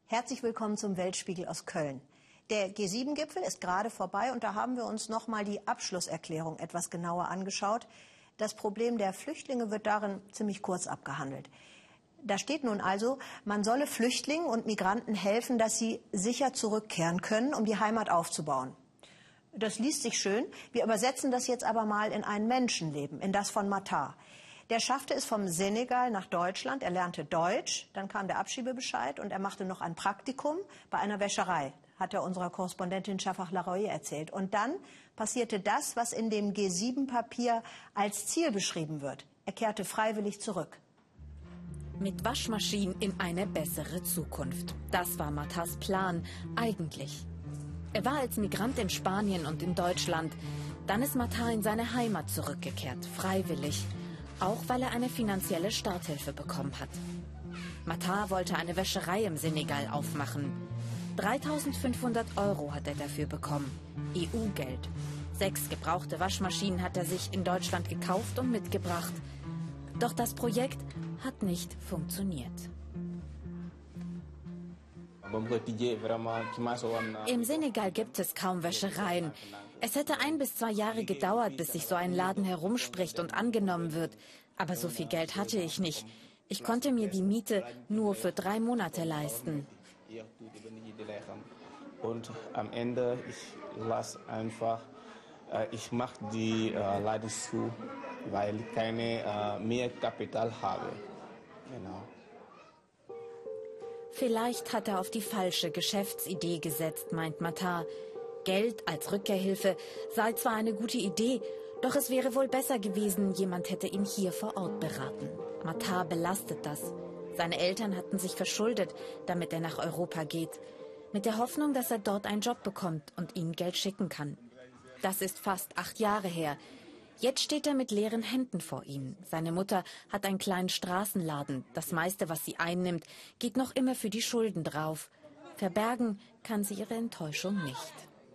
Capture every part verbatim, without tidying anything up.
Herzlich willkommen zum Weltspiegel aus Köln. Der G sieben Gipfel ist gerade vorbei und da haben wir uns noch mal die Abschlusserklärung etwas genauer angeschaut. Das Problem der Flüchtlinge wird darin ziemlich kurz abgehandelt. Da steht nun also, man solle Flüchtlingen und Migranten helfen, dass sie sicher zurückkehren können, um die Heimat aufzubauen. Das liest sich schön. Wir übersetzen das jetzt aber mal in ein Menschenleben, in das von Matar. Der schaffte es vom Senegal nach Deutschland. Er lernte Deutsch, dann kam der Abschiebebescheid und er machte noch ein Praktikum bei einer Wäscherei, hat er unserer Korrespondentin Shafak Laroye erzählt. Und dann passierte das, was in dem G sieben Papier als Ziel beschrieben wird. Er kehrte freiwillig zurück. Mit Waschmaschinen in eine bessere Zukunft. Das war Matars Plan, eigentlich. Er war als Migrant in Spanien und in Deutschland. Dann ist Matar in seine Heimat zurückgekehrt, freiwillig. Auch weil er eine finanzielle Starthilfe bekommen hat. Matar wollte eine Wäscherei im Senegal aufmachen. dreitausendfünfhundert Euro hat er dafür bekommen. E U-Geld. Sechs gebrauchte Waschmaschinen hat er sich in Deutschland gekauft und mitgebracht. Doch das Projekt hat nicht funktioniert. Im Senegal gibt es kaum Wäschereien. Es hätte ein bis zwei Jahre gedauert, bis sich so ein Laden herumspricht und angenommen wird. Aber so viel Geld hatte ich nicht. Ich konnte mir die Miete nur für drei Monate leisten. Und am Ende, ich lasse einfach, äh, ich mache die äh, Laden zu, weil ich keine äh, mehr Kapital habe. Genau. Vielleicht hat er auf die falsche Geschäftsidee gesetzt, meint Matar. Geld als Rückkehrhilfe sei zwar eine gute Idee, doch es wäre wohl besser gewesen, jemand hätte ihn hier vor Ort beraten. Matar belastet das. Seine Eltern hatten sich verschuldet, damit er nach Europa geht. Mit der Hoffnung, dass er dort einen Job bekommt und ihnen Geld schicken kann. Das ist fast acht Jahre her. Jetzt steht er mit leeren Händen vor ihnen. Seine Mutter hat einen kleinen Straßenladen. Das meiste, was sie einnimmt, geht noch immer für die Schulden drauf. Verbergen kann sie ihre Enttäuschung nicht.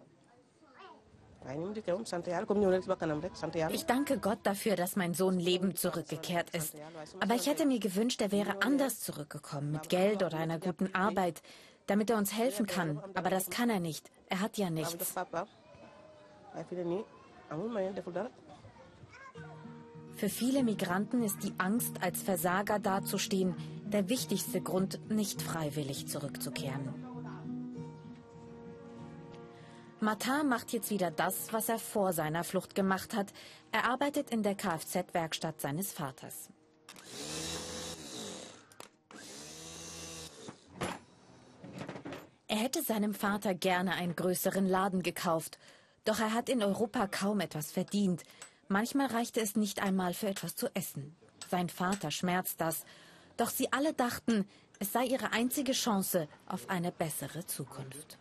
Ich danke Gott dafür, dass mein Sohn lebend zurückgekehrt ist. Aber ich hätte mir gewünscht, er wäre anders zurückgekommen, mit Geld oder einer guten Arbeit, damit er uns helfen kann. Aber das kann er nicht. Er hat ja nichts. Für viele Migranten ist die Angst, als Versager dazustehen, der wichtigste Grund, nicht freiwillig zurückzukehren. Matar macht jetzt wieder das, was er vor seiner Flucht gemacht hat. Er arbeitet in der Kfz-Werkstatt seines Vaters. Er hätte seinem Vater gerne einen größeren Laden gekauft. Doch er hat in Europa kaum etwas verdient. Manchmal reichte es nicht einmal für etwas zu essen. Sein Vater schmerzt das. Doch sie alle dachten, es sei ihre einzige Chance auf eine bessere Zukunft.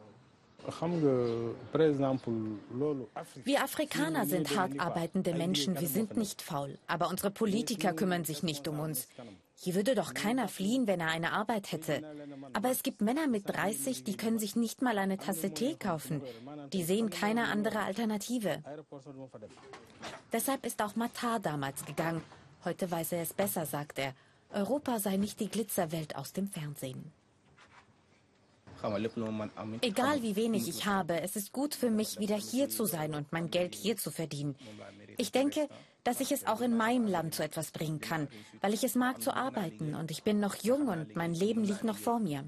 Wir Afrikaner sind hart arbeitende Menschen, wir sind nicht faul. Aber unsere Politiker kümmern sich nicht um uns. Hier würde doch keiner fliehen, wenn er eine Arbeit hätte. Aber es gibt Männer mit dreißig, die können sich nicht mal eine Tasse Tee kaufen. Die sehen keine andere Alternative. Deshalb ist auch Matar damals gegangen. Heute weiß er es besser, sagt er. Europa sei nicht die Glitzerwelt aus dem Fernsehen. Egal wie wenig ich habe, es ist gut für mich, wieder hier zu sein und mein Geld hier zu verdienen. Ich denke, dass ich es auch in meinem Land zu etwas bringen kann, weil ich es mag zu arbeiten und ich bin noch jung und mein Leben liegt noch vor mir.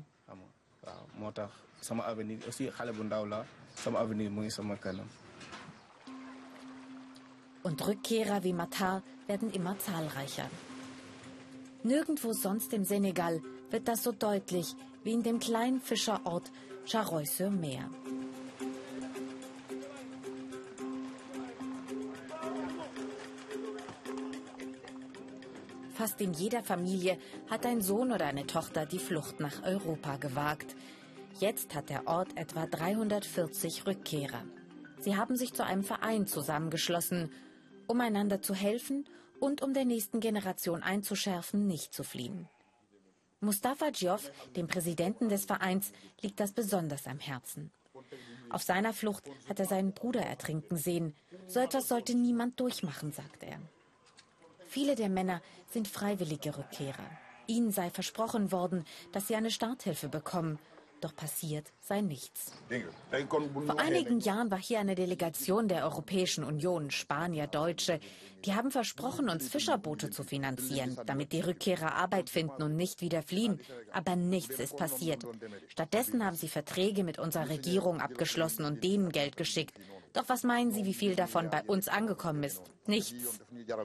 Und Rückkehrer wie Matar werden immer zahlreicher. Nirgendwo sonst im Senegal wird das so deutlich wie in dem kleinen Fischerort Charoy-sur-Mer. Fast in jeder Familie hat ein Sohn oder eine Tochter die Flucht nach Europa gewagt. Jetzt hat der Ort etwa dreihundertvierzig Rückkehrer. Sie haben sich zu einem Verein zusammengeschlossen, um einander zu helfen und um der nächsten Generation einzuschärfen, nicht zu fliehen. Mustafa Diop, dem Präsidenten des Vereins, liegt das besonders am Herzen. Auf seiner Flucht hat er seinen Bruder ertrinken sehen. So etwas sollte niemand durchmachen, sagt er. Viele der Männer sind freiwillige Rückkehrer. Ihnen sei versprochen worden, dass sie eine Starthilfe bekommen. Doch passiert sei nichts. Vor einigen Jahren war hier eine Delegation der Europäischen Union, Spanier, Deutsche. Die haben versprochen, uns Fischerboote zu finanzieren, damit die Rückkehrer Arbeit finden und nicht wieder fliehen. Aber nichts ist passiert. Stattdessen haben sie Verträge mit unserer Regierung abgeschlossen und denen Geld geschickt. Doch was meinen Sie, wie viel davon bei uns angekommen ist? Nichts.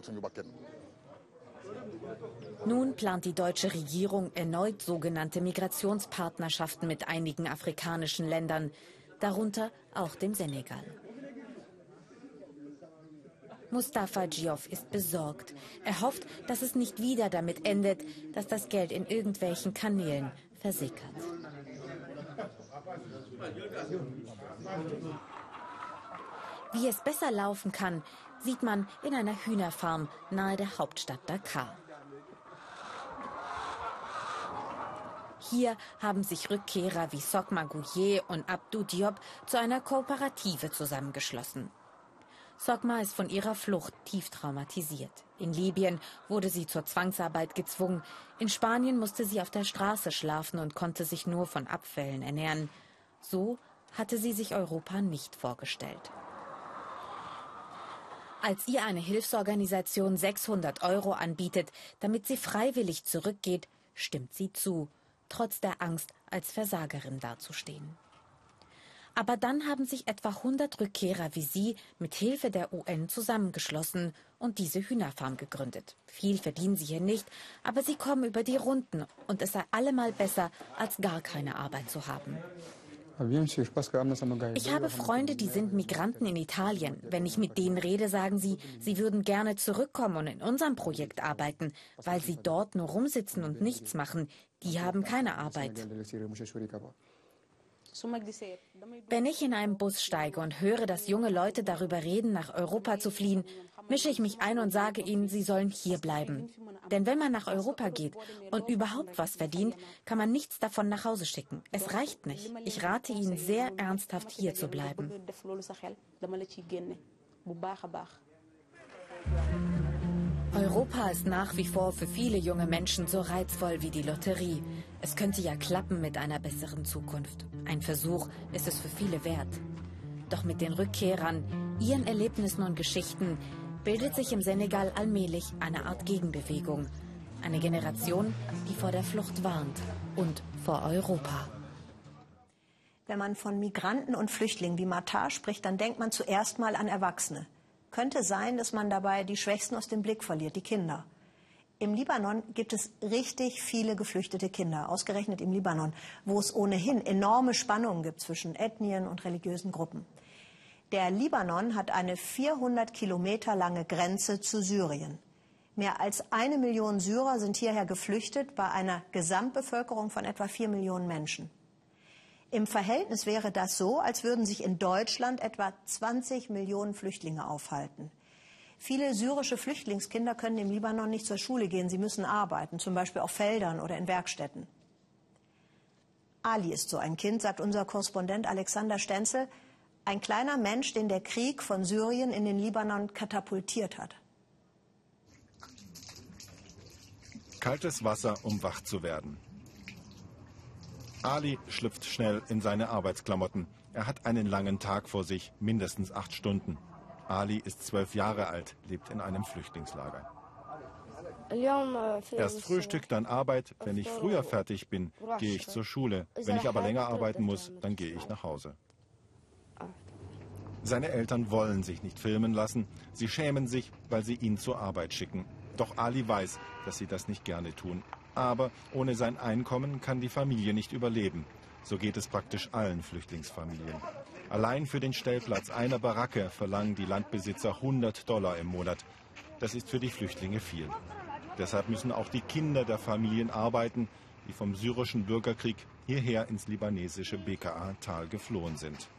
Nun plant die deutsche Regierung erneut sogenannte Migrationspartnerschaften mit einigen afrikanischen Ländern, darunter auch dem Senegal. Mustafa Diop ist besorgt. Er hofft, dass es nicht wieder damit endet, dass das Geld in irgendwelchen Kanälen versickert. Wie es besser laufen kann, sieht man in einer Hühnerfarm nahe der Hauptstadt Dakar. Hier haben sich Rückkehrer wie Sokma Gouye und Abdou Diop zu einer Kooperative zusammengeschlossen. Sokma ist von ihrer Flucht tief traumatisiert. In Libyen wurde sie zur Zwangsarbeit gezwungen. In Spanien musste sie auf der Straße schlafen und konnte sich nur von Abfällen ernähren. So hatte sie sich Europa nicht vorgestellt. Als ihr eine Hilfsorganisation sechshundert Euro anbietet, damit sie freiwillig zurückgeht, stimmt sie zu, trotz der Angst, als Versagerin dazustehen. Aber dann haben sich etwa hundert Rückkehrer wie sie mit Hilfe der U N zusammengeschlossen und diese Hühnerfarm gegründet. Viel verdienen sie hier nicht, aber sie kommen über die Runden und es sei allemal besser, als gar keine Arbeit zu haben. Ich habe Freunde, die sind Migranten in Italien. Wenn ich mit denen rede, sagen sie, sie würden gerne zurückkommen und in unserem Projekt arbeiten, weil sie dort nur rumsitzen und nichts machen. Die haben keine Arbeit. Wenn ich in einen Bus steige und höre, dass junge Leute darüber reden, nach Europa zu fliehen, mische ich mich ein und sage ihnen, sie sollen hier bleiben. Denn wenn man nach Europa geht und überhaupt was verdient, kann man nichts davon nach Hause schicken. Es reicht nicht. Ich rate Ihnen sehr ernsthaft, hier zu bleiben. Europa ist nach wie vor für viele junge Menschen so reizvoll wie die Lotterie. Es könnte ja klappen mit einer besseren Zukunft. Ein Versuch ist es für viele wert. Doch mit den Rückkehrern, ihren Erlebnissen und Geschichten bildet sich im Senegal allmählich eine Art Gegenbewegung. Eine Generation, die vor der Flucht warnt und vor Europa. Wenn man von Migranten und Flüchtlingen wie Matar spricht, dann denkt man zuerst mal an Erwachsene. Könnte sein, dass man dabei die Schwächsten aus dem Blick verliert, die Kinder. Im Libanon gibt es richtig viele geflüchtete Kinder, ausgerechnet im Libanon, wo es ohnehin enorme Spannungen gibt zwischen Ethnien und religiösen Gruppen. Der Libanon hat eine vierhundert Kilometer lange Grenze zu Syrien. Mehr als eine Million Syrer sind hierher geflüchtet, bei einer Gesamtbevölkerung von etwa vier Millionen Menschen. Im Verhältnis wäre das so, als würden sich in Deutschland etwa zwanzig Millionen Flüchtlinge aufhalten. Viele syrische Flüchtlingskinder können im Libanon nicht zur Schule gehen. Sie müssen arbeiten, zum Beispiel auf Feldern oder in Werkstätten. Ali ist so ein Kind, sagt unser Korrespondent Alexander Stenzel. Ein kleiner Mensch, den der Krieg von Syrien in den Libanon katapultiert hat. Kaltes Wasser, um wach zu werden. Ali schlüpft schnell in seine Arbeitsklamotten. Er hat einen langen Tag vor sich, mindestens acht Stunden. Ali ist zwölf Jahre alt, lebt in einem Flüchtlingslager. Erst Frühstück, dann Arbeit. Wenn ich früher fertig bin, gehe ich zur Schule. Wenn ich aber länger arbeiten muss, dann gehe ich nach Hause. Seine Eltern wollen sich nicht filmen lassen. Sie schämen sich, weil sie ihn zur Arbeit schicken. Doch Ali weiß, dass sie das nicht gerne tun. Aber ohne sein Einkommen kann die Familie nicht überleben. So geht es praktisch allen Flüchtlingsfamilien. Allein für den Stellplatz einer Baracke verlangen die Landbesitzer hundert Dollar im Monat. Das ist für die Flüchtlinge viel. Deshalb müssen auch die Kinder der Familien arbeiten, die vom syrischen Bürgerkrieg hierher ins libanesische Bekaa-Tal geflohen sind.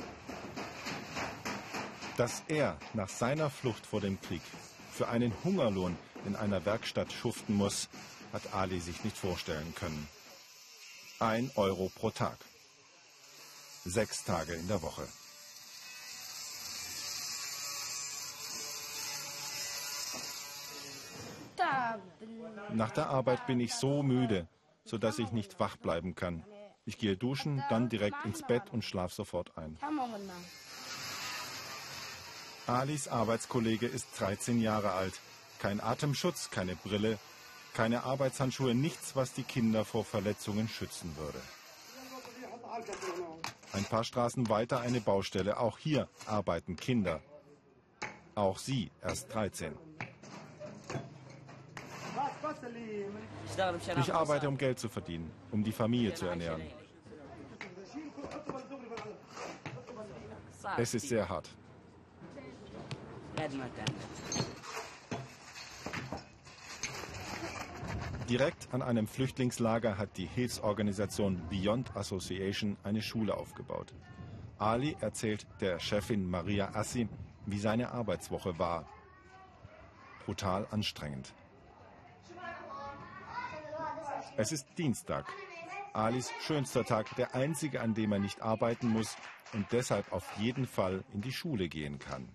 Dass er nach seiner Flucht vor dem Krieg für einen Hungerlohn in einer Werkstatt schuften muss, hat Ali sich nicht vorstellen können. Ein Euro pro Tag. Sechs Tage in der Woche. Nach der Arbeit bin ich so müde, sodass ich nicht wach bleiben kann. Ich gehe duschen, dann direkt ins Bett und schlafe sofort ein. Alis Arbeitskollege ist dreizehn Jahre alt. Kein Atemschutz, keine Brille, keine Arbeitshandschuhe, nichts, was die Kinder vor Verletzungen schützen würde. Ein paar Straßen weiter eine Baustelle. Auch hier arbeiten Kinder. Auch sie erst dreizehn. Ich arbeite, um Geld zu verdienen, um die Familie zu ernähren. Es ist sehr hart. Direkt an einem Flüchtlingslager hat die Hilfsorganisation Beyond Association eine Schule aufgebaut. Ali erzählt der Chefin Maria Assi, wie seine Arbeitswoche war. Brutal anstrengend. Es ist Dienstag. Alis schönster Tag, der einzige, an dem er nicht arbeiten muss und deshalb auf jeden Fall in die Schule gehen kann.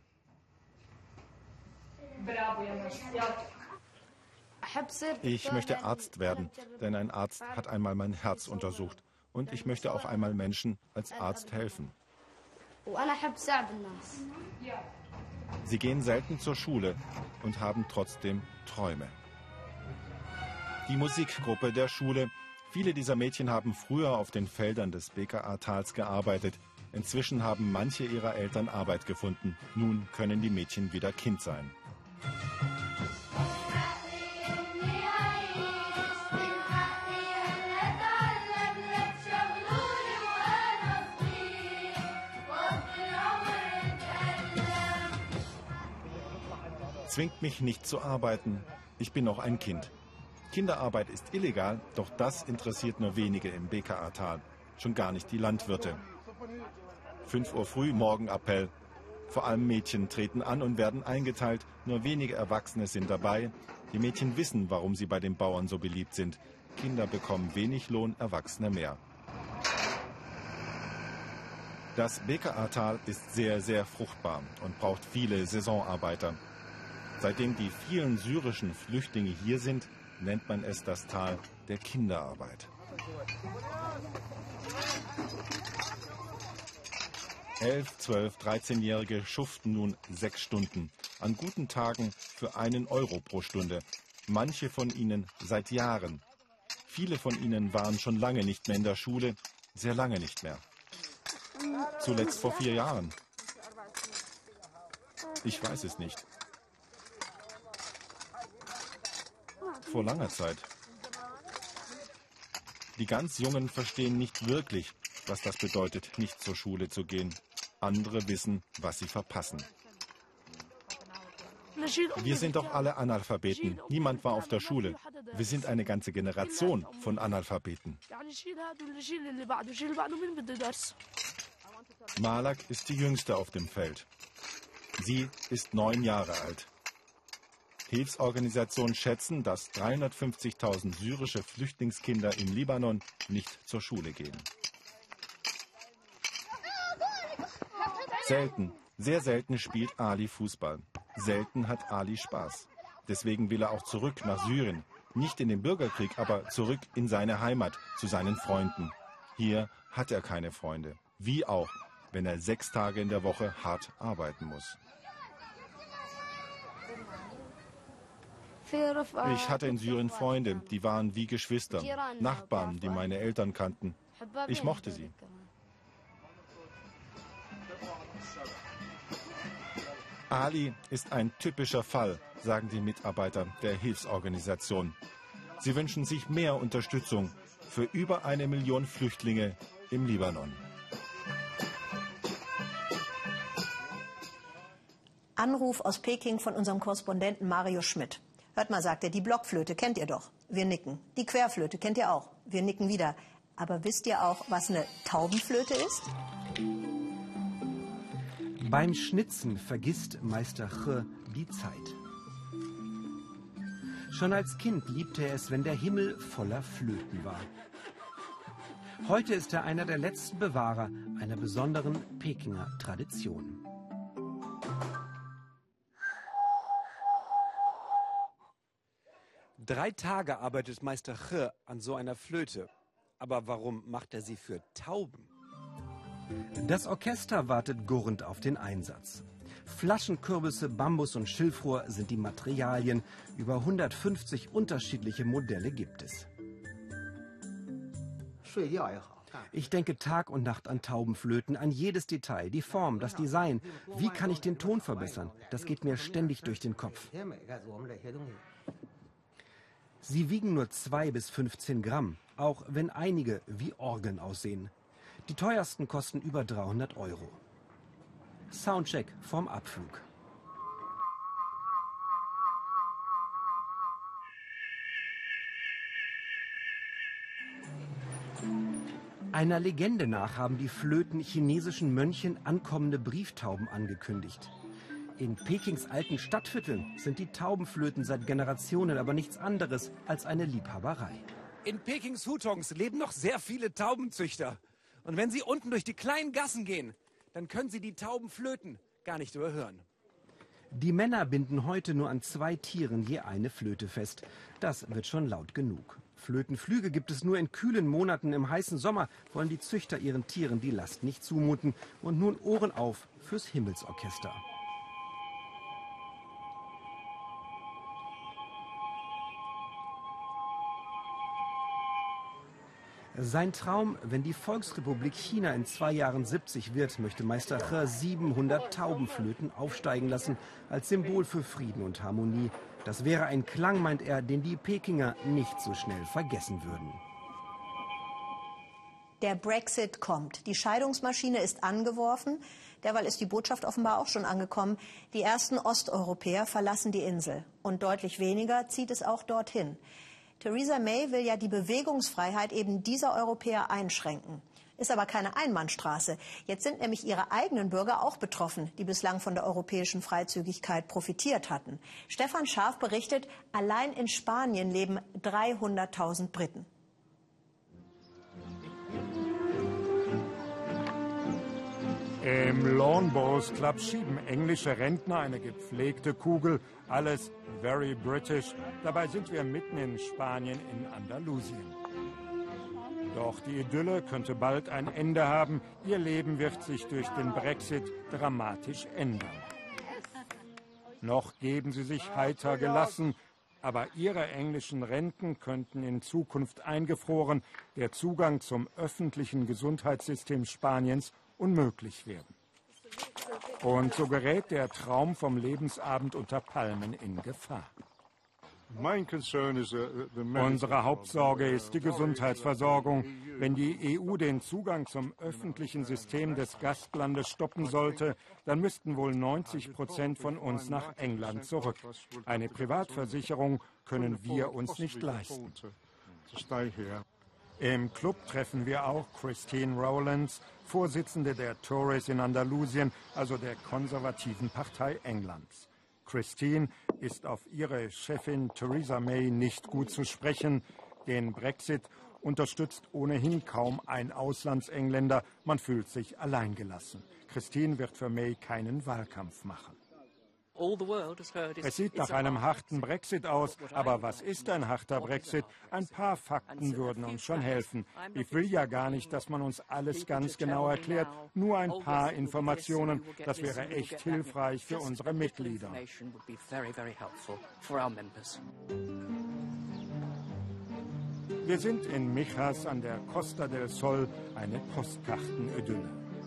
Ich möchte Arzt werden, denn ein Arzt hat einmal mein Herz untersucht. Und ich möchte auch einmal Menschen als Arzt helfen. Sie gehen selten zur Schule und haben trotzdem Träume. Die Musikgruppe der Schule. Viele dieser Mädchen haben früher auf den Feldern des B K A-Tals gearbeitet. Inzwischen haben manche ihrer Eltern Arbeit gefunden. Nun können die Mädchen wieder Kind sein. Zwingt mich nicht zu arbeiten. Ich bin noch ein Kind. Kinderarbeit ist illegal, doch das interessiert nur wenige im B K A-Tal. Schon gar nicht die Landwirte. fünf Uhr früh, Morgenappell. Vor allem Mädchen treten an und werden eingeteilt. Nur wenige Erwachsene sind dabei. Die Mädchen wissen, warum sie bei den Bauern so beliebt sind. Kinder bekommen wenig Lohn, Erwachsene mehr. Das B K A-Tal ist sehr, sehr fruchtbar und braucht viele Saisonarbeiter. Seitdem die vielen syrischen Flüchtlinge hier sind, nennt man es das Tal der Kinderarbeit. Elf, zwölf, dreizehnjährige schuften nun sechs Stunden. An guten Tagen für einen Euro pro Stunde. Manche von ihnen seit Jahren. Viele von ihnen waren schon lange nicht mehr in der Schule, sehr lange nicht mehr. Zuletzt vor vier Jahren. Ich weiß es nicht. Vor langer Zeit. Die ganz Jungen verstehen nicht wirklich, was das bedeutet, nicht zur Schule zu gehen. Andere wissen, was sie verpassen. Wir sind doch alle Analphabeten. Niemand war auf der Schule. Wir sind eine ganze Generation von Analphabeten. Malak ist die Jüngste auf dem Feld. Sie ist neun Jahre alt. Hilfsorganisationen schätzen, dass dreihundertfünfzigtausend syrische Flüchtlingskinder im Libanon nicht zur Schule gehen. Selten, sehr selten spielt Ali Fußball. Selten hat Ali Spaß. Deswegen will er auch zurück nach Syrien. Nicht in den Bürgerkrieg, aber zurück in seine Heimat, zu seinen Freunden. Hier hat er keine Freunde. Wie auch, wenn er sechs Tage in der Woche hart arbeiten muss. Ich hatte in Syrien Freunde, die waren wie Geschwister, Nachbarn, die meine Eltern kannten. Ich mochte sie. Ali ist ein typischer Fall, sagen die Mitarbeiter der Hilfsorganisation. Sie wünschen sich mehr Unterstützung für über eine Million Flüchtlinge im Libanon. Anruf aus Peking von unserem Korrespondenten Mario Schmidt. Hört mal, sagt er, die Blockflöte kennt ihr doch. Wir nicken. Die Querflöte kennt ihr auch. Wir nicken wieder. Aber wisst ihr auch, was eine Taubenflöte ist? Beim Schnitzen vergisst Meister Ch die Zeit. Schon als Kind liebte er es, wenn der Himmel voller Flöten war. Heute ist er einer der letzten Bewahrer einer besonderen Pekinger Tradition. Drei Tage arbeitet Meister Ch an so einer Flöte. Aber warum macht er sie für Tauben? Das Orchester wartet gurrend auf den Einsatz. Flaschenkürbisse, Bambus und Schilfrohr sind die Materialien. Über hundertfünfzig unterschiedliche Modelle gibt es. Ich denke Tag und Nacht an Taubenflöten, an jedes Detail, die Form, das Design. Wie kann ich den Ton verbessern? Das geht mir ständig durch den Kopf. Sie wiegen nur zwei bis fünfzehn Gramm, auch wenn einige wie Orgeln aussehen. Die teuersten kosten über dreihundert Euro. Soundcheck vorm Abflug. Einer Legende nach haben die Flöten chinesischen Mönchen ankommende Brieftauben angekündigt. In Pekings alten Stadtvierteln sind die Taubenflöten seit Generationen aber nichts anderes als eine Liebhaberei. In Pekings Hutongs leben noch sehr viele Taubenzüchter. Und wenn Sie unten durch die kleinen Gassen gehen, dann können Sie die Taubenflöten gar nicht überhören. Die Männer binden heute nur an zwei Tieren je eine Flöte fest. Das wird schon laut genug. Flötenflüge gibt es nur in kühlen Monaten. Im heißen Sommer wollen die Züchter ihren Tieren die Last nicht zumuten. Und nun Ohren auf fürs Himmelsorchester. Sein Traum, wenn die Volksrepublik China in zwei Jahren siebzig wird, möchte Meister Ch siebenhundert Taubenflöten aufsteigen lassen, als Symbol für Frieden und Harmonie. Das wäre ein Klang, meint er, den die Pekinger nicht so schnell vergessen würden. Der Brexit kommt. Die Scheidungsmaschine ist angeworfen. Derweil ist die Botschaft offenbar auch schon angekommen. Die ersten Osteuropäer verlassen die Insel. Und deutlich weniger zieht es auch dorthin. Theresa May will ja die Bewegungsfreiheit eben dieser Europäer einschränken. Ist aber keine Einbahnstraße. Jetzt sind nämlich ihre eigenen Bürger auch betroffen, die bislang von der europäischen Freizügigkeit profitiert hatten. Stefan Scharf berichtet, allein in Spanien leben dreihunderttausend Briten. Im Lawn Bowls Club schieben englische Rentner eine gepflegte Kugel. Alles very British. Dabei sind wir mitten in Spanien in Andalusien. Doch die Idylle könnte bald ein Ende haben. Ihr Leben wird sich durch den Brexit dramatisch ändern. Noch geben sie sich heiter gelassen. Aber ihre englischen Renten könnten in Zukunft eingefroren. Der Zugang zum öffentlichen Gesundheitssystem Spaniens unmöglich werden. Und so gerät der Traum vom Lebensabend unter Palmen in Gefahr. Unsere Hauptsorge ist die Gesundheitsversorgung. Wenn die E U den Zugang zum öffentlichen System des Gastlandes stoppen sollte, dann müssten wohl neunzig Prozent von uns nach England zurück. Eine Privatversicherung können wir uns nicht leisten. Im Club treffen wir auch Christine Rowlands, Vorsitzende der Tories in Andalusien, also der konservativen Partei Englands. Christine ist auf ihre Chefin Theresa May nicht gut zu sprechen. Den Brexit unterstützt ohnehin kaum ein Auslandsengländer. Man fühlt sich alleingelassen. Christine wird für May keinen Wahlkampf machen. Es sieht nach einem harten Brexit aus, aber was ist ein harter Brexit? Ein paar Fakten würden uns schon helfen. Ich will ja gar nicht, dass man uns alles ganz genau erklärt, nur ein paar Informationen. Das wäre echt hilfreich für unsere Mitglieder. Wir sind in Mijas an der Costa del Sol, eine Postkartenidylle.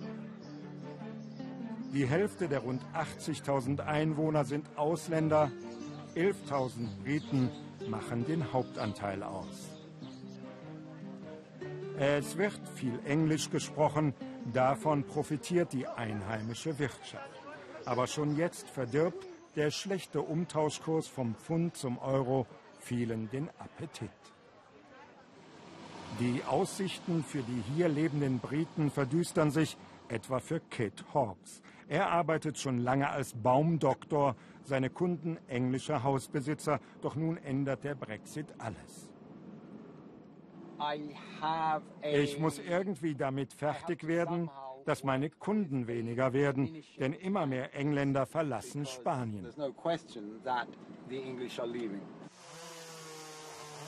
Die Hälfte der rund achtzigtausend Einwohner sind Ausländer, elftausend Briten machen den Hauptanteil aus. Es wird viel Englisch gesprochen, davon profitiert die einheimische Wirtschaft. Aber schon jetzt verdirbt der schlechte Umtauschkurs vom Pfund zum Euro vielen den Appetit. Die Aussichten für die hier lebenden Briten verdüstern sich, etwa für Kit Hawkes. Er arbeitet schon lange als Baumdoktor, seine Kunden englische Hausbesitzer, doch nun ändert der Brexit alles. Ich muss irgendwie damit fertig werden, dass meine Kunden weniger werden, denn immer mehr Engländer verlassen Spanien.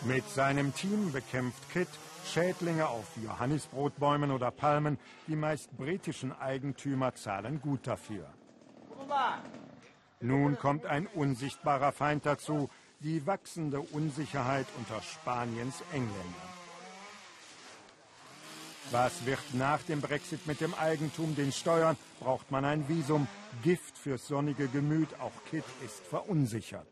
Mit seinem Team bekämpft Kit Schädlinge auf Johannisbrotbäumen oder Palmen. Die meist britischen Eigentümer zahlen gut dafür. Nun kommt ein unsichtbarer Feind dazu, die wachsende Unsicherheit unter Spaniens Engländern. Was wird nach dem Brexit mit dem Eigentum, den Steuern? Braucht man ein Visum? Gift fürs sonnige Gemüt, auch Kit ist verunsichert.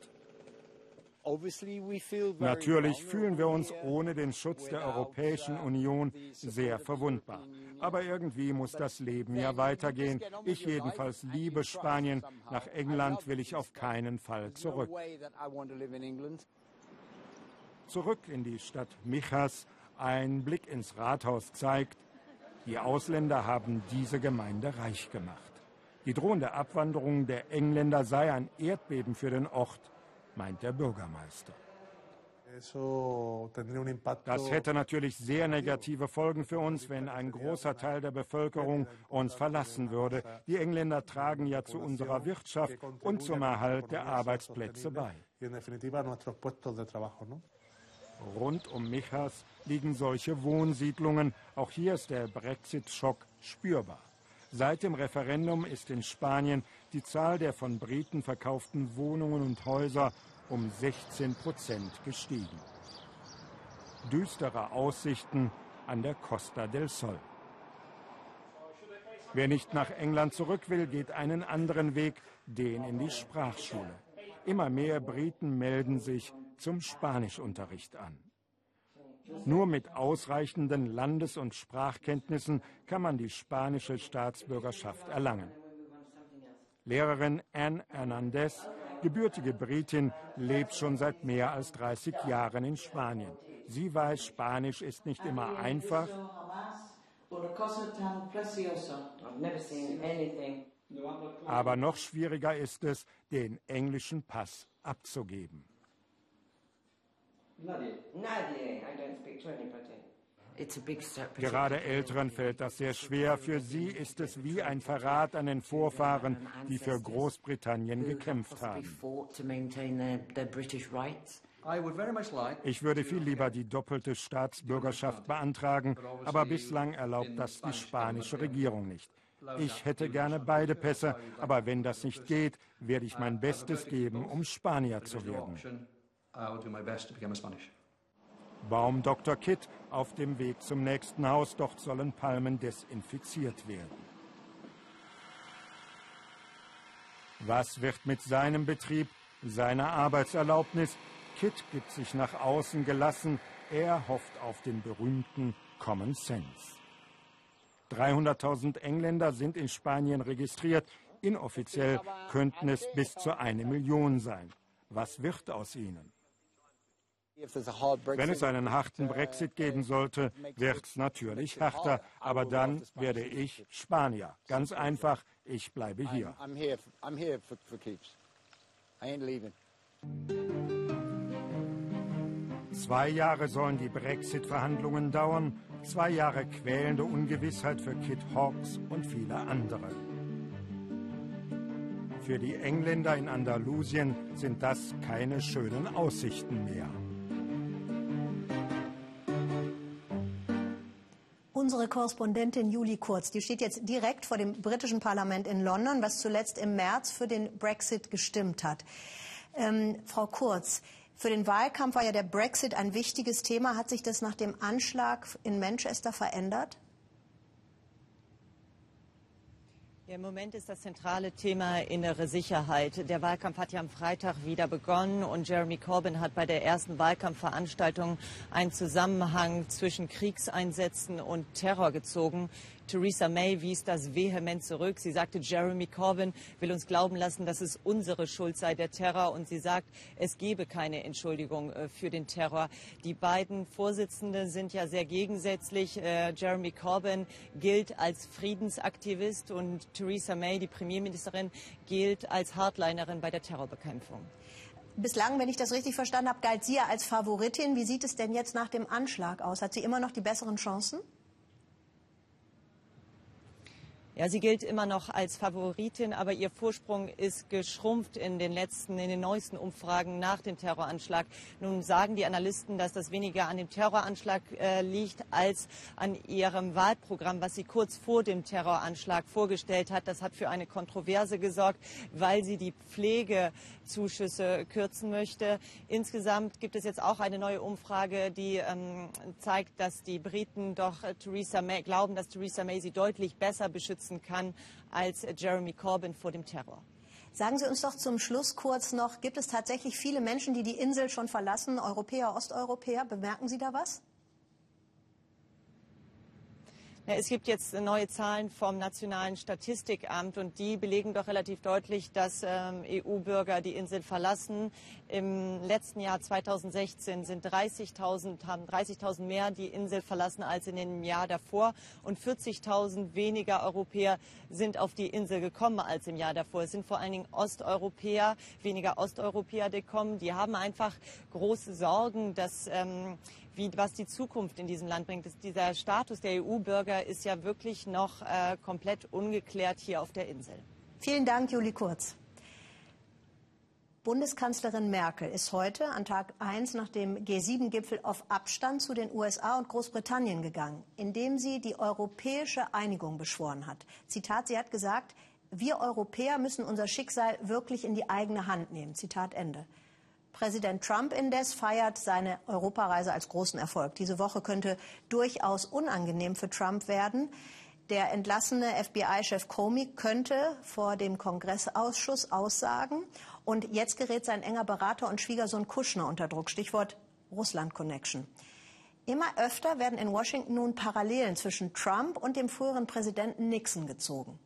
Natürlich fühlen wir uns ohne den Schutz der Europäischen Union sehr verwundbar. Aber irgendwie muss das Leben ja weitergehen. Ich jedenfalls liebe Spanien. Nach England will ich auf keinen Fall zurück. Zurück in die Stadt Mijas. Ein Blick ins Rathaus zeigt, die Ausländer haben diese Gemeinde reich gemacht. Die drohende Abwanderung der Engländer sei ein Erdbeben für den Ort, meint der Bürgermeister. Das hätte natürlich sehr negative Folgen für uns, wenn ein großer Teil der Bevölkerung uns verlassen würde. Die Engländer tragen ja zu unserer Wirtschaft und zum Erhalt der Arbeitsplätze bei. Rund um Mijas liegen solche Wohnsiedlungen. Auch hier ist der Brexit-Schock spürbar. Seit dem Referendum ist in Spanien die Zahl der von Briten verkauften Wohnungen und Häuser um sechzehn Prozent gestiegen. Düstere Aussichten an der Costa del Sol. Wer nicht nach England zurück will, geht einen anderen Weg, den in die Sprachschule. Immer mehr Briten melden sich zum Spanischunterricht an. Nur mit ausreichenden Landes- und Sprachkenntnissen kann man die spanische Staatsbürgerschaft erlangen. Lehrerin Anne Hernandez, gebürtige Britin, lebt schon seit mehr als dreißig Jahren in Spanien. Sie weiß, Spanisch ist nicht immer einfach, aber noch schwieriger ist es, den englischen Pass abzugeben. Gerade Älteren fällt das sehr schwer. Für sie ist es wie ein Verrat an den Vorfahren, die für Großbritannien gekämpft haben. Ich würde viel lieber die doppelte Staatsbürgerschaft beantragen, aber bislang erlaubt das die spanische Regierung nicht. Ich hätte gerne beide Pässe, aber wenn das nicht geht, werde ich mein Bestes geben, um Spanier zu werden. Baum Doktor Kit auf dem Weg zum nächsten Haus, dort sollen Palmen desinfiziert werden. Was wird mit seinem Betrieb, seiner Arbeitserlaubnis? Kit gibt sich nach außen gelassen, er hofft auf den berühmten Common Sense. dreihunderttausend Engländer sind in Spanien registriert, inoffiziell könnten es bis zu eine Million sein. Was wird aus ihnen? Wenn es einen harten Brexit geben sollte, wird es natürlich härter. Aber dann werde ich Spanier. Ganz einfach, ich bleibe hier. Zwei Jahre sollen die Brexit-Verhandlungen dauern. Zwei Jahre quälende Ungewissheit für Kit Hawkes und viele andere. Für die Engländer in Andalusien sind das keine schönen Aussichten mehr. Unsere Korrespondentin Julie Kurz, die steht jetzt direkt vor dem britischen Parlament in London, was zuletzt im März für den Brexit gestimmt hat. Ähm, Frau Kurz, für den Wahlkampf war ja der Brexit ein wichtiges Thema. Hat sich das nach dem Anschlag in Manchester verändert? Ja, im Moment ist das zentrale Thema innere Sicherheit. Der Wahlkampf hat ja am Freitag wieder begonnen und Jeremy Corbyn hat bei der ersten Wahlkampfveranstaltung einen Zusammenhang zwischen Kriegseinsätzen und Terror gezogen. Theresa May wies das vehement zurück. Sie sagte, Jeremy Corbyn will uns glauben lassen, dass es unsere Schuld sei, der Terror. Und sie sagt, es gebe keine Entschuldigung äh, für den Terror. Die beiden Vorsitzende sind ja sehr gegensätzlich. Äh, Jeremy Corbyn gilt als Friedensaktivist und Theresa May, die Premierministerin, gilt als Hardlinerin bei der Terrorbekämpfung. Bislang, wenn ich das richtig verstanden habe, galt sie ja als Favoritin. Wie sieht es denn jetzt nach dem Anschlag aus? Hat sie immer noch die besseren Chancen? Ja, sie gilt immer noch als Favoritin, aber ihr Vorsprung ist geschrumpft in den letzten, in den neuesten Umfragen nach dem Terroranschlag. Nun sagen die Analysten, dass das weniger an dem Terroranschlag äh, liegt als an ihrem Wahlprogramm, was sie kurz vor dem Terroranschlag vorgestellt hat. Das hat für eine Kontroverse gesorgt, weil sie die Pflegezuschüsse kürzen möchte. Insgesamt gibt es jetzt auch eine neue Umfrage, die ähm, zeigt, dass die Briten doch äh, Theresa May glauben, dass Theresa May sie deutlich besser beschützen kann als Jeremy Corbyn vor dem Terror. Sagen Sie uns doch zum Schluss kurz noch, gibt es tatsächlich viele Menschen, die die Insel schon verlassen, Europäer, Osteuropäer? Bemerken Sie da was? Ja, es gibt jetzt neue Zahlen vom Nationalen Statistikamt und die belegen doch relativ deutlich, dass ähm, E U-Bürger die Insel verlassen. Im letzten Jahr zweitausendsechzehn sind dreißigtausend, haben dreißigtausend mehr die Insel verlassen als in dem Jahr davor und vierzigtausend weniger Europäer sind auf die Insel gekommen als im Jahr davor. Es sind vor allen Dingen Osteuropäer, weniger Osteuropäer gekommen. Die haben einfach große Sorgen, dass ähm, wie, was die Zukunft in diesem Land bringt. Das, dieser Status der E U-Bürger ist ja wirklich noch äh, komplett ungeklärt hier auf der Insel. Vielen Dank, Julie Kurz. Bundeskanzlerin Merkel ist heute an Tag eins nach dem G sieben Gipfel auf Abstand zu den U S A und Großbritannien gegangen, indem sie die europäische Einigung beschworen hat. Zitat, sie hat gesagt, wir Europäer müssen unser Schicksal wirklich in die eigene Hand nehmen. Zitat Ende. Präsident Trump indes feiert seine Europareise als großen Erfolg. Diese Woche könnte durchaus unangenehm für Trump werden. Der entlassene F B I-Chef Comey könnte vor dem Kongressausschuss aussagen. Und jetzt gerät sein enger Berater und Schwiegersohn Kushner unter Druck. Stichwort Russland-Connection. Immer öfter werden in Washington nun Parallelen zwischen Trump und dem früheren Präsidenten Nixon gezogen.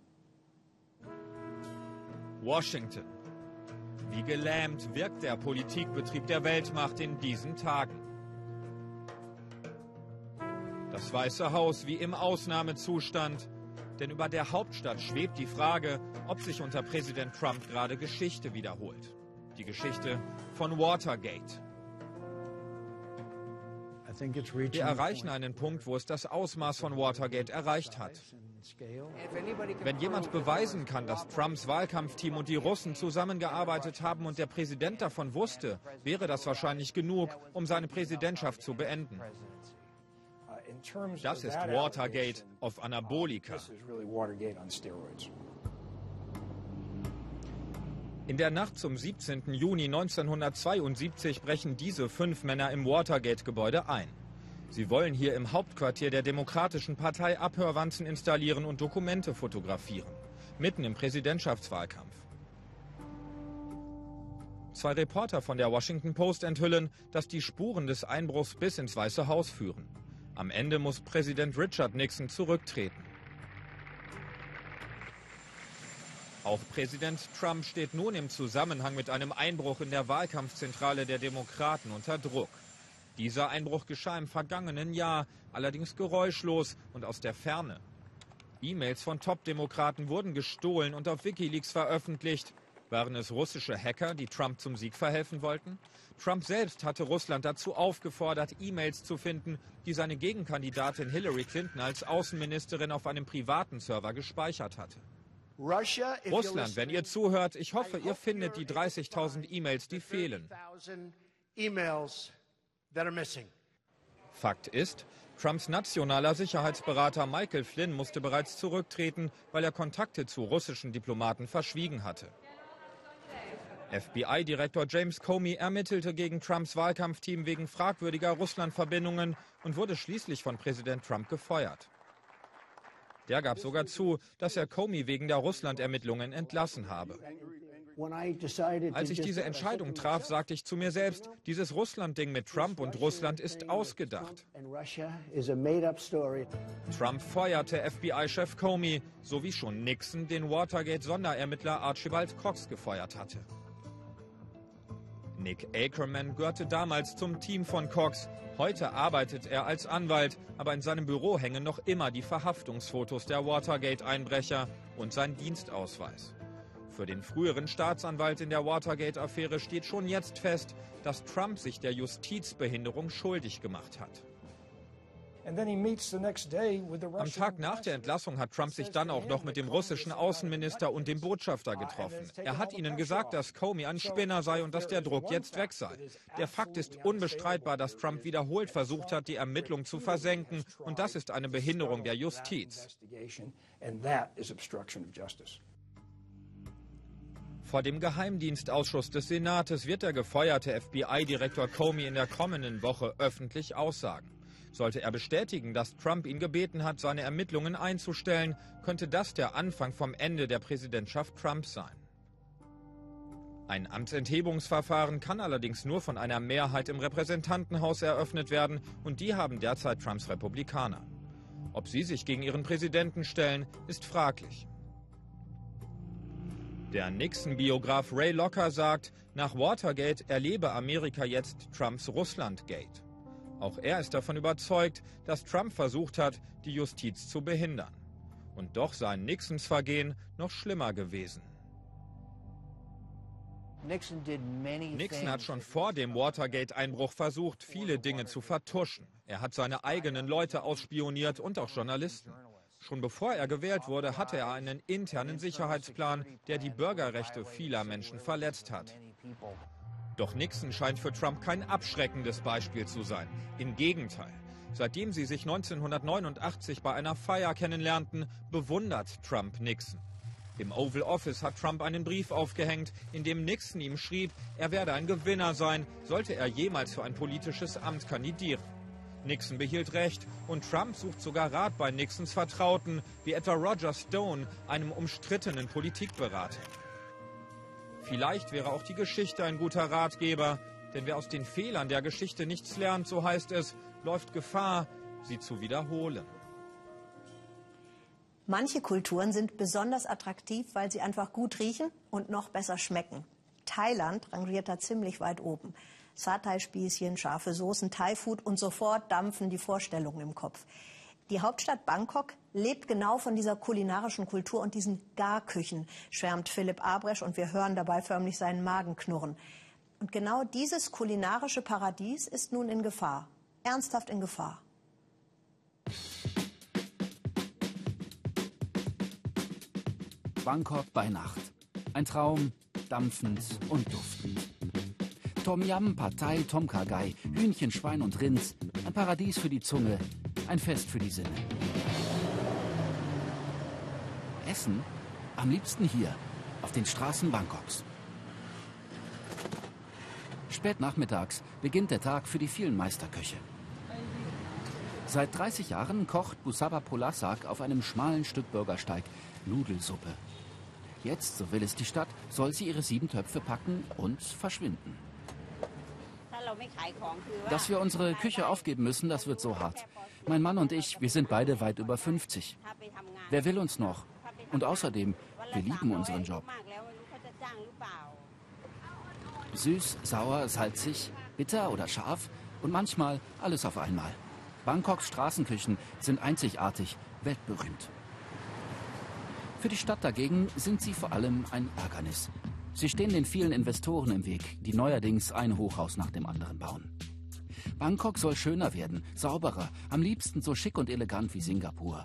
Washington. Wie gelähmt wirkt der Politikbetrieb der Weltmacht in diesen Tagen. Das Weiße Haus wie im Ausnahmezustand, denn über der Hauptstadt schwebt die Frage, ob sich unter Präsident Trump gerade Geschichte wiederholt. Die Geschichte von Watergate. Wir erreichen einen Punkt, wo es das Ausmaß von Watergate erreicht hat. Wenn jemand beweisen kann, dass Trumps Wahlkampfteam und die Russen zusammengearbeitet haben und der Präsident davon wusste, wäre das wahrscheinlich genug, um seine Präsidentschaft zu beenden. Das ist Watergate auf Anabolika. In der Nacht zum siebzehnten Juni neunzehnhundertzweiundsiebzig brechen diese fünf Männer im Watergate-Gebäude ein. Sie wollen hier im Hauptquartier der Demokratischen Partei Abhörwanzen installieren und Dokumente fotografieren. Mitten im Präsidentschaftswahlkampf. Zwei Reporter von der Washington Post enthüllen, dass die Spuren des Einbruchs bis ins Weiße Haus führen. Am Ende muss Präsident Richard Nixon zurücktreten. Auch Präsident Trump steht nun im Zusammenhang mit einem Einbruch in der Wahlkampfzentrale der Demokraten unter Druck. Dieser Einbruch geschah im vergangenen Jahr, allerdings geräuschlos und aus der Ferne. E-Mails von Top-Demokraten wurden gestohlen und auf WikiLeaks veröffentlicht. Waren es russische Hacker, die Trump zum Sieg verhelfen wollten? Trump selbst hatte Russland dazu aufgefordert, E-Mails zu finden, die seine Gegenkandidatin Hillary Clinton als Außenministerin auf einem privaten Server gespeichert hatte. Russland, wenn ihr zuhört, ich hoffe, ihr findet die dreißigtausend E-Mails, die fehlen. Fakt ist, Trumps nationaler Sicherheitsberater Michael Flynn musste bereits zurücktreten, weil er Kontakte zu russischen Diplomaten verschwiegen hatte. F B I-Direktor James Comey ermittelte gegen Trumps Wahlkampfteam wegen fragwürdiger Russland-Verbindungen und wurde schließlich von Präsident Trump gefeuert. Der gab sogar zu, dass er Comey wegen der Russland-Ermittlungen entlassen habe. Als ich diese Entscheidung traf, sagte ich zu mir selbst, dieses Russland-Ding mit Trump und Russland ist ausgedacht. Trump feuerte F B I-Chef Comey, so wie schon Nixon den Watergate-Sonderermittler Archibald Cox gefeuert hatte. Nick Akerman gehörte damals zum Team von Cox. Heute arbeitet er als Anwalt, aber in seinem Büro hängen noch immer die Verhaftungsfotos der Watergate-Einbrecher und sein Dienstausweis. Für den früheren Staatsanwalt in der Watergate-Affäre steht schon jetzt fest, dass Trump sich der Justizbehinderung schuldig gemacht hat. Am Tag nach der Entlassung hat Trump sich dann auch noch mit dem russischen Außenminister und dem Botschafter getroffen. Er hat ihnen gesagt, dass Comey ein Spinner sei und dass der Druck jetzt weg sei. Der Fakt ist unbestreitbar, dass Trump wiederholt versucht hat, die Ermittlungen zu versenken. Und das ist eine Behinderung der Justiz. Vor dem Geheimdienstausschuss des Senates wird der gefeuerte F B I-Direktor Comey in der kommenden Woche öffentlich aussagen. Sollte er bestätigen, dass Trump ihn gebeten hat, seine Ermittlungen einzustellen, könnte das der Anfang vom Ende der Präsidentschaft Trumps sein. Ein Amtsenthebungsverfahren kann allerdings nur von einer Mehrheit im Repräsentantenhaus eröffnet werden und die haben derzeit Trumps Republikaner. Ob sie sich gegen ihren Präsidenten stellen, ist fraglich. Der Nixon-Biograf Ray Locker sagt, nach Watergate erlebe Amerika jetzt Trumps Russlandgate. Auch er ist davon überzeugt, dass Trump versucht hat, die Justiz zu behindern. Und doch sei Nixons Vergehen noch schlimmer gewesen. Nixon hat schon vor dem Watergate-Einbruch versucht, viele Dinge zu vertuschen. Er hat seine eigenen Leute ausspioniert und auch Journalisten. Schon bevor er gewählt wurde, hatte er einen internen Sicherheitsplan, der die Bürgerrechte vieler Menschen verletzt hat. Doch Nixon scheint für Trump kein abschreckendes Beispiel zu sein. Im Gegenteil. Seitdem sie sich neunzehnhundertneunundachtzig bei einer Feier kennenlernten, bewundert Trump Nixon. Im Oval Office hat Trump einen Brief aufgehängt, in dem Nixon ihm schrieb, er werde ein Gewinner sein, sollte er jemals für ein politisches Amt kandidieren. Nixon behielt recht und Trump sucht sogar Rat bei Nixons Vertrauten, wie etwa Roger Stone, einem umstrittenen Politikberater. Vielleicht wäre auch die Geschichte ein guter Ratgeber, denn wer aus den Fehlern der Geschichte nichts lernt, so heißt es, läuft Gefahr, sie zu wiederholen. Manche Kulturen sind besonders attraktiv, weil sie einfach gut riechen und noch besser schmecken. Thailand rangiert da ziemlich weit oben. Satay-Spießchen, scharfe Soßen, Thai-Food und sofort dampfen die Vorstellungen im Kopf. Die Hauptstadt Bangkok lebt genau von dieser kulinarischen Kultur und diesen Garküchen, schwärmt Philipp Abresch und wir hören dabei förmlich seinen Magen knurren. Und genau dieses kulinarische Paradies ist nun in Gefahr, ernsthaft in Gefahr. Bangkok bei Nacht. Ein Traum, dampfend und duftend. Tom Yam, Pad Thai, Tom Kha Gai, Hühnchen, Schwein und Rind. Ein Paradies für die Zunge, ein Fest für die Sinne. Essen? Am liebsten hier, auf den Straßen Bangkoks. Spät nachmittags beginnt der Tag für die vielen Meisterköche. Seit dreißig Jahren kocht Busaba Polasak auf einem schmalen Stück Bürgersteig Nudelsuppe. Jetzt, so will es die Stadt, soll sie ihre sieben Töpfe packen und verschwinden. Dass wir unsere Küche aufgeben müssen, das wird so hart. Mein Mann und ich, wir sind beide weit über fünfzig. Wer will uns noch? Und außerdem, wir lieben unseren Job. Süß, sauer, salzig, bitter oder scharf und manchmal alles auf einmal. Bangkoks Straßenküchen sind einzigartig, weltberühmt. Für die Stadt dagegen sind sie vor allem ein Ärgernis. Sie stehen den vielen Investoren im Weg, die neuerdings ein Hochhaus nach dem anderen bauen. Bangkok soll schöner werden, sauberer, am liebsten so schick und elegant wie Singapur.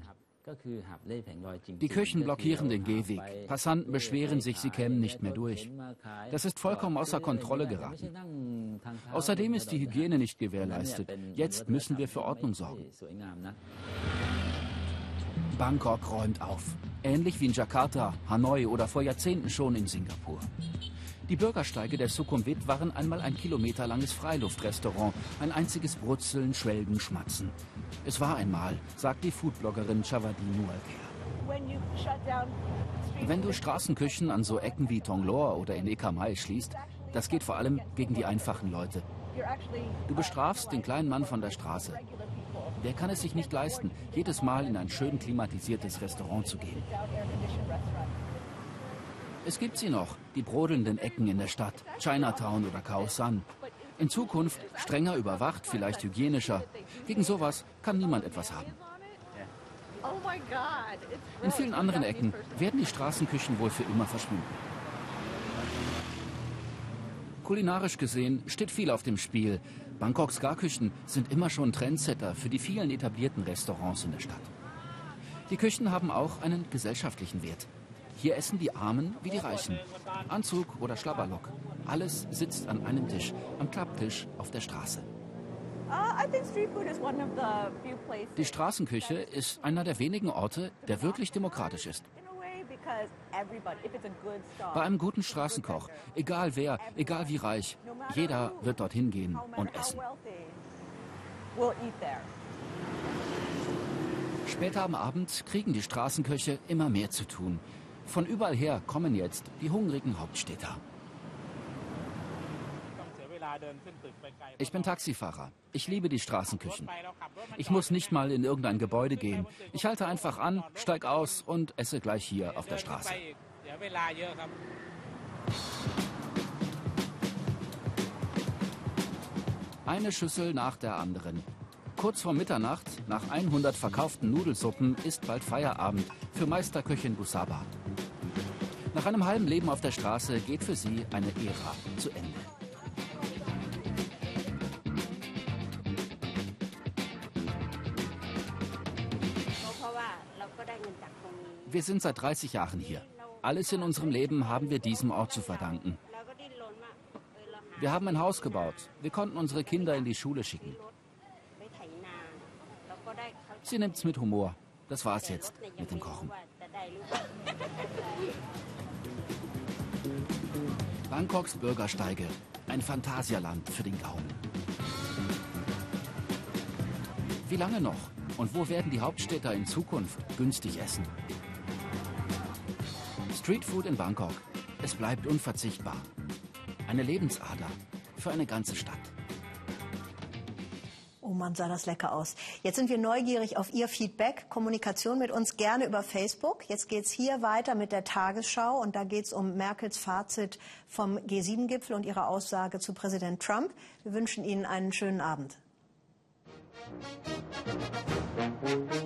Die Küchen blockieren den Gehweg. Passanten beschweren sich, sie kämen nicht mehr durch. Das ist vollkommen außer Kontrolle geraten. Außerdem ist die Hygiene nicht gewährleistet. Jetzt müssen wir für Ordnung sorgen. Bangkok räumt auf. Ähnlich wie in Jakarta, Hanoi oder vor Jahrzehnten schon in Singapur. Die Bürgersteige der Sukhumvit waren einmal ein kilometerlanges Freiluftrestaurant. Ein einziges Brutzeln, Schwelgen, Schmatzen. Es war einmal, sagt die Foodbloggerin Chavadi Nualker. Wenn du Straßenküchen an so Ecken wie Tonglor oder in Eka Mai schließt, das geht vor allem gegen die einfachen Leute. Du bestrafst den kleinen Mann von der Straße. Der kann es sich nicht leisten, jedes Mal in ein schön klimatisiertes Restaurant zu gehen. Es gibt sie noch, die brodelnden Ecken in der Stadt, Chinatown oder Khao San. In Zukunft strenger überwacht, vielleicht hygienischer. Gegen sowas kann niemand etwas haben. In vielen anderen Ecken werden die Straßenküchen wohl für immer verschwinden. Kulinarisch gesehen steht viel auf dem Spiel. Bangkoks Garküchen sind immer schon Trendsetter für die vielen etablierten Restaurants in der Stadt. Die Küchen haben auch einen gesellschaftlichen Wert. Hier essen die Armen wie die Reichen. Anzug oder Schlabberlock. Alles sitzt an einem Tisch, am Klapptisch auf der Straße. Die Straßenküche ist einer der wenigen Orte, der wirklich demokratisch ist. Bei einem guten Straßenkoch, egal wer, egal wie reich, jeder wird dorthin gehen und essen. Später am Abend kriegen die Straßenköche immer mehr zu tun. Von überall her kommen jetzt die hungrigen Hauptstädter. Ich bin Taxifahrer. Ich liebe die Straßenküchen. Ich muss nicht mal in irgendein Gebäude gehen. Ich halte einfach an, steig aus und esse gleich hier auf der Straße. Eine Schüssel nach der anderen. Kurz vor Mitternacht, nach hundert verkauften Nudelsuppen, ist bald Feierabend für Meisterköchin Busaba. Nach einem halben Leben auf der Straße geht für sie eine Ära zu Ende. Wir sind seit dreißig Jahren hier. Alles in unserem Leben haben wir diesem Ort zu verdanken. Wir haben ein Haus gebaut. Wir konnten unsere Kinder in die Schule schicken. Sie nimmt's mit Humor. Das war's jetzt mit dem Kochen. Bangkoks Bürgersteige. Ein Phantasialand für den Gaumen. Wie lange noch? Und wo werden die Hauptstädter in Zukunft günstig essen? Streetfood in Bangkok. Es bleibt unverzichtbar. Eine Lebensader für eine ganze Stadt. Oh Mann, sah das lecker aus. Jetzt sind wir neugierig auf Ihr Feedback. Kommunikation mit uns gerne über Facebook. Jetzt geht's hier weiter mit der Tagesschau. Und da geht's um Merkels Fazit vom G sieben Gipfel und ihre Aussage zu Präsident Trump. Wir wünschen Ihnen einen schönen Abend.